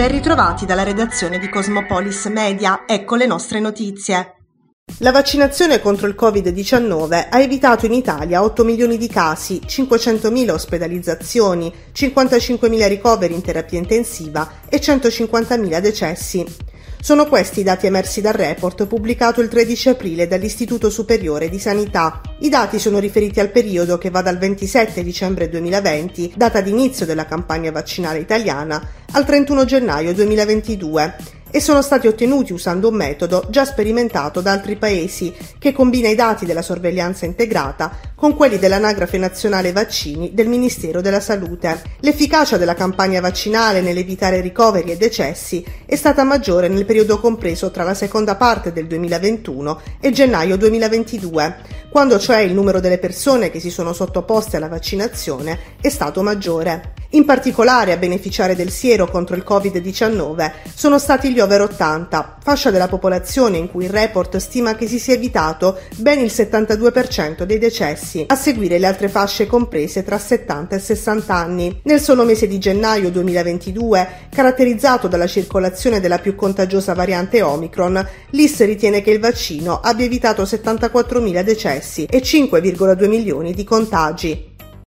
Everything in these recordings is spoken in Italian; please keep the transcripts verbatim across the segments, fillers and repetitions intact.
Ben ritrovati dalla redazione di Cosmopolis Media, ecco le nostre notizie. La vaccinazione contro il covid diciannove ha evitato in Italia otto milioni di casi, cinquecentomila ospedalizzazioni, cinquantacinquemila ricoveri in terapia intensiva e centocinquantamila decessi. Sono questi i dati emersi dal report pubblicato il tredici aprile dall'Istituto Superiore di Sanità. I dati sono riferiti al periodo che va dal ventisette dicembre duemilaventi, data di inizio della campagna vaccinale italiana, al trentuno gennaio duemilaventidue, e sono stati ottenuti usando un metodo già sperimentato da altri paesi che combina i dati della sorveglianza integrata con quelli dell'Anagrafe Nazionale Vaccini del Ministero della Salute. L'efficacia della campagna vaccinale nell'evitare ricoveri e decessi è stata maggiore nel periodo compreso tra la seconda parte del duemilaventuno e gennaio duemilaventidue, quando cioè il numero delle persone che si sono sottoposte alla vaccinazione è stato maggiore. In particolare a beneficiare del siero contro il covid diciannove sono stati gli over ottanta, fascia della popolazione in cui il report stima che si sia evitato ben il settantadue per cento dei decessi, a seguire le altre fasce comprese tra settanta e sessanta anni. Nel solo mese di gennaio duemilaventidue, caratterizzato dalla circolazione della più contagiosa variante Omicron, l'I S ritiene che il vaccino abbia evitato settantaquattromila decessi e cinque virgola due milioni di contagi.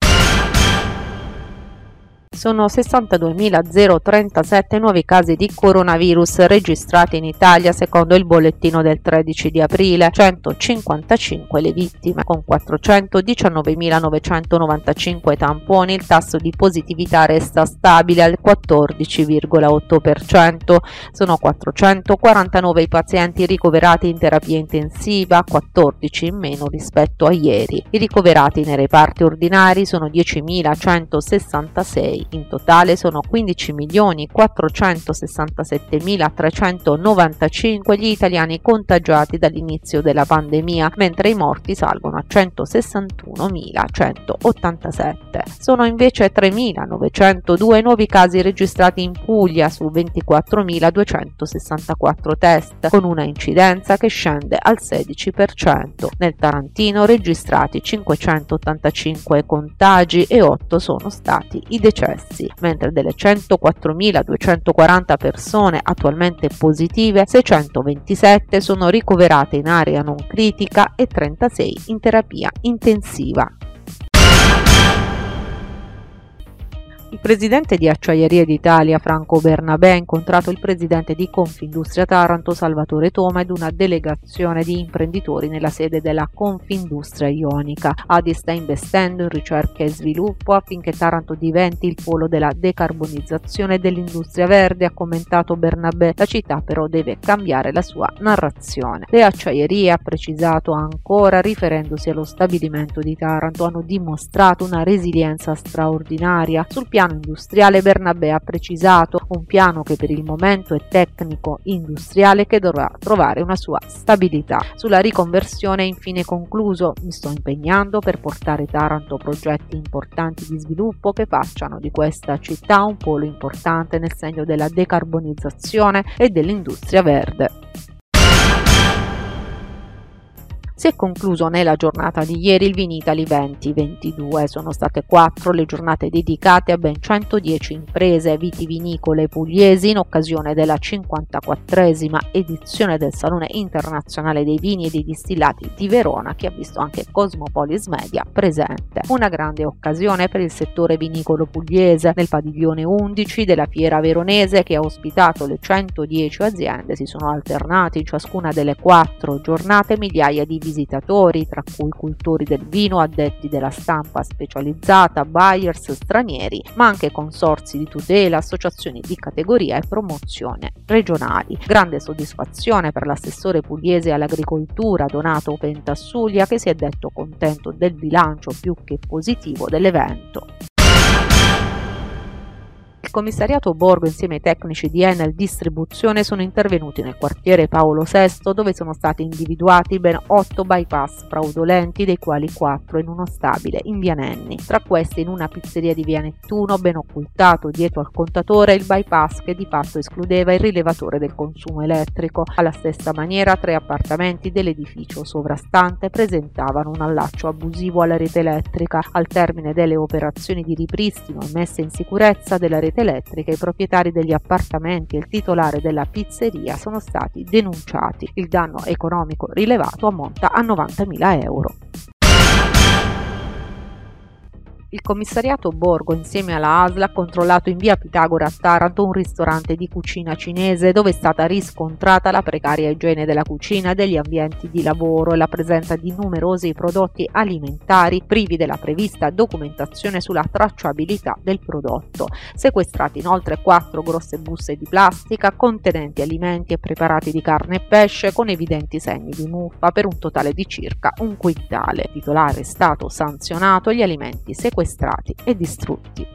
Sono sessantaduemilatrentasette nuovi casi di coronavirus registrati in Italia secondo il bollettino del tredici di aprile, centocinquantacinque le vittime, con quattrocentodiciannovemilanovecentonovantacinque tamponi. Il tasso di positività resta stabile al quattordici virgola otto per cento. Sono quattrocentoquarantanove i pazienti ricoverati in terapia intensiva, quattordici in meno rispetto a ieri. I ricoverati nei reparti ordinari sono diecimilacentosessantasei. In totale sono quindici milioni quattrocentosessantasettemilatrecentonovantacinque gli italiani contagiati dall'inizio della pandemia, mentre i morti salgono a centosessantunomilacentoottantasette. Sono invece tremilanovecentodue nuovi casi registrati in Puglia su ventiquattromiladuecentosessantaquattro test, con una incidenza che scende al sedici per cento. Nel Tarantino registrati cinquecentottantacinque contagi e otto sono stati i decessi, mentre delle centoquattromiladuecentoquaranta persone attualmente positive, seicentoventisette sono ricoverate in area non critica e trentasei in terapia intensiva. Il presidente di Acciaierie d'Italia, Franco Bernabè, ha incontrato il presidente di Confindustria Taranto, Salvatore Toma, ed una delegazione di imprenditori nella sede della Confindustria Ionica. Adi sta investendo in ricerca e sviluppo affinché Taranto diventi il polo della decarbonizzazione dell'industria verde, ha commentato Bernabè. La città però deve cambiare la sua narrazione. Le acciaierie, ha precisato ancora, riferendosi allo stabilimento di Taranto, hanno dimostrato una resilienza straordinaria. Sul piano industriale Bernabè ha precisato un piano che per il momento è tecnico industriale, che dovrà trovare una sua stabilità. Sulla riconversione infine concluso: mi sto impegnando per portare Taranto progetti importanti di sviluppo che facciano di questa città un polo importante nel segno della decarbonizzazione e dell'industria verde. Si è concluso nella giornata di ieri il Vinitaly duemilaventidue. Sono state quattro le giornate dedicate a ben centodieci imprese vitivinicole pugliesi in occasione della cinquantaquattresima edizione del Salone Internazionale dei Vini e dei Distillati di Verona, che ha visto anche Cosmopolis Media presente. Una grande occasione per il settore vinicolo pugliese. Nel padiglione undici della Fiera Veronese, che ha ospitato le centodieci aziende, si sono alternati in ciascuna delle quattro giornate migliaia di visitatori, tra cui cultori del vino, addetti della stampa specializzata, buyers stranieri, ma anche consorzi di tutela, associazioni di categoria e promozione regionali. Grande soddisfazione per l'assessore pugliese all'agricoltura Donato Pentasuglia, che si è detto contento del bilancio più che positivo dell'evento. Il commissariato Borgo insieme ai tecnici di Enel Distribuzione sono intervenuti nel quartiere Paolo sesto, dove sono stati individuati ben otto bypass fraudolenti, dei quali quattro in uno stabile in via Nenni. Tra questi, in una pizzeria di via Nettuno, ben occultato dietro al contatore, il bypass che di fatto escludeva il rilevatore del consumo elettrico. Alla stessa maniera, tre appartamenti dell'edificio sovrastante presentavano un allaccio abusivo alla rete elettrica. Al termine delle operazioni di ripristino e messa in sicurezza della rete corrente elettrica, i proprietari degli appartamenti e il titolare della pizzeria sono stati denunciati. Il danno economico rilevato ammonta a novantamila euro. Il commissariato Borgo insieme alla A S L ha controllato in via Pitagora a Taranto un ristorante di cucina cinese dove è stata riscontrata la precaria igiene della cucina e degli ambienti di lavoro e la presenza di numerosi prodotti alimentari privi della prevista documentazione sulla tracciabilità del prodotto. Sequestrati inoltre quattro grosse buste di plastica contenenti alimenti e preparati di carne e pesce con evidenti segni di muffa per un totale di circa un quintale. Il titolare è stato sanzionato, gli alimenti sequestrati e distrutti.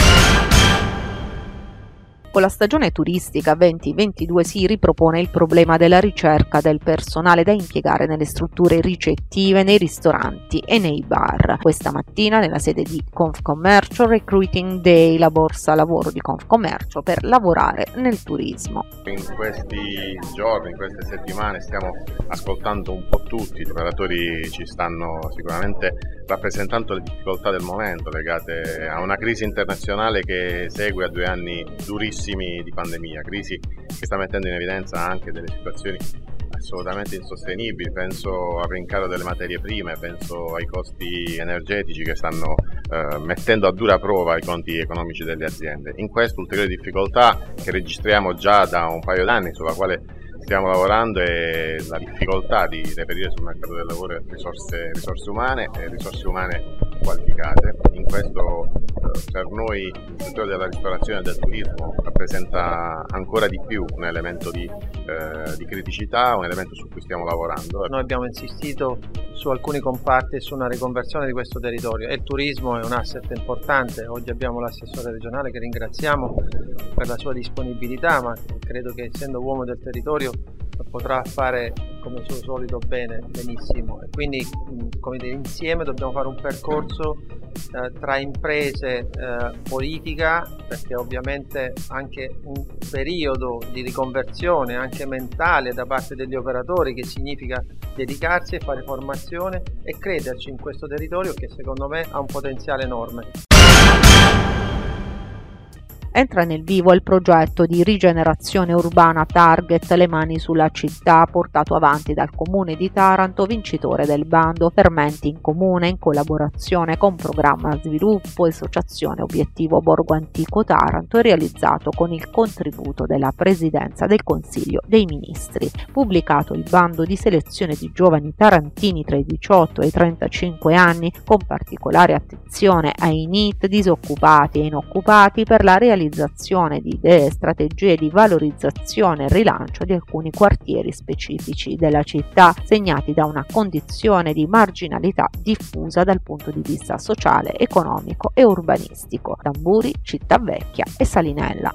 Con la stagione turistica venti ventidue si ripropone il problema della ricerca del personale da impiegare nelle strutture ricettive, nei ristoranti e nei bar. Questa mattina nella sede di Confcommercio Recruiting Day, la borsa lavoro di Confcommercio per lavorare nel turismo. In questi giorni, in queste settimane stiamo ascoltando un po' tutti, gli operatori ci stanno sicuramente rappresentando le difficoltà del momento legate a una crisi internazionale che segue a due anni durissimi di pandemia, crisi che sta mettendo in evidenza anche delle situazioni assolutamente insostenibili. Penso al rincaro delle materie prime, penso ai costi energetici che stanno eh, mettendo a dura prova i conti economici delle aziende. In questo ulteriore difficoltà che registriamo già da un paio d'anni, sulla quale stiamo lavorando, è la difficoltà di reperire sul mercato del lavoro risorse, risorse umane e risorse umane qualificate. In questo eh, per noi il settore della ristorazione e del turismo rappresenta ancora di più un elemento di, eh, di criticità, un elemento su cui stiamo lavorando. Noi abbiamo insistito su alcuni comparti e su una riconversione di questo territorio e il turismo è un asset importante. Oggi abbiamo l'assessore regionale che ringraziamo per la sua disponibilità, ma credo che essendo uomo del territorio potrà fare come suo solito bene, benissimo, e quindi come dire, insieme dobbiamo fare un percorso eh, tra imprese, eh, politica, perché ovviamente anche un periodo di riconversione anche mentale da parte degli operatori, che significa dedicarsi e fare formazione e crederci in questo territorio che secondo me ha un potenziale enorme. Entra nel vivo il progetto di rigenerazione urbana Target Le Mani sulla città, portato avanti dal Comune di Taranto, vincitore del bando Fermenti in Comune, in collaborazione con Programma Sviluppo e Associazione Obiettivo Borgo Antico Taranto e realizzato con il contributo della Presidenza del Consiglio dei Ministri. Pubblicato il bando di selezione di giovani tarantini tra i diciotto e i trentacinque anni, con particolare attenzione ai N I T, disoccupati e inoccupati, per la realizzazione di idee e strategie di valorizzazione e rilancio di alcuni quartieri specifici della città, segnati da una condizione di marginalità diffusa dal punto di vista sociale, economico e urbanistico: Tamburi, Cittavecchia e Salinella.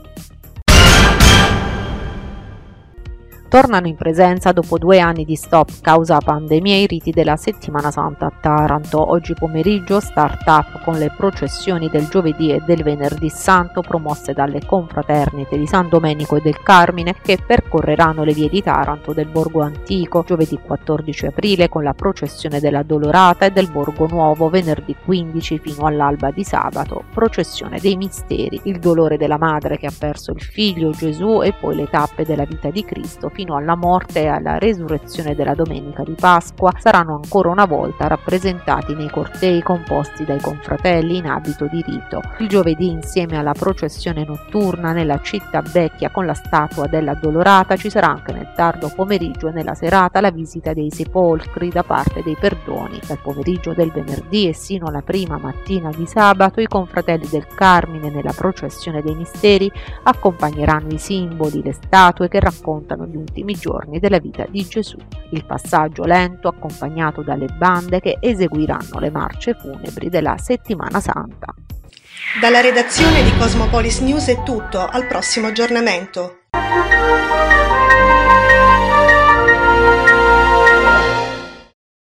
Tornano in presenza dopo due anni di stop causa pandemia i riti della Settimana Santa a Taranto. Oggi pomeriggio start-up con le processioni del giovedì e del venerdì santo promosse dalle confraternite di San Domenico e del Carmine, che percorreranno le vie di Taranto del Borgo Antico giovedì quattordici aprile con la processione della Dolorata e del Borgo Nuovo venerdì quindici fino all'alba di sabato, processione dei misteri, il dolore della madre che ha perso il figlio Gesù e poi le tappe della vita di Cristo fino alla morte e alla resurrezione della domenica di Pasqua saranno ancora una volta rappresentati nei cortei composti dai confratelli in abito di rito. Il giovedì, insieme alla processione notturna nella città vecchia con la statua della Dolorata, ci sarà anche nel tardo pomeriggio e nella serata la visita dei sepolcri da parte dei Perdoni. Dal pomeriggio del venerdì e sino alla prima mattina di sabato i confratelli del Carmine nella processione dei misteri accompagneranno i simboli, le statue che raccontano gli ultimi giorni della vita di Gesù. Il passaggio lento accompagnato dalle bande che eseguiranno le marce funebri della Settimana Santa. Dalla redazione di Cosmopolis News è tutto, al prossimo aggiornamento.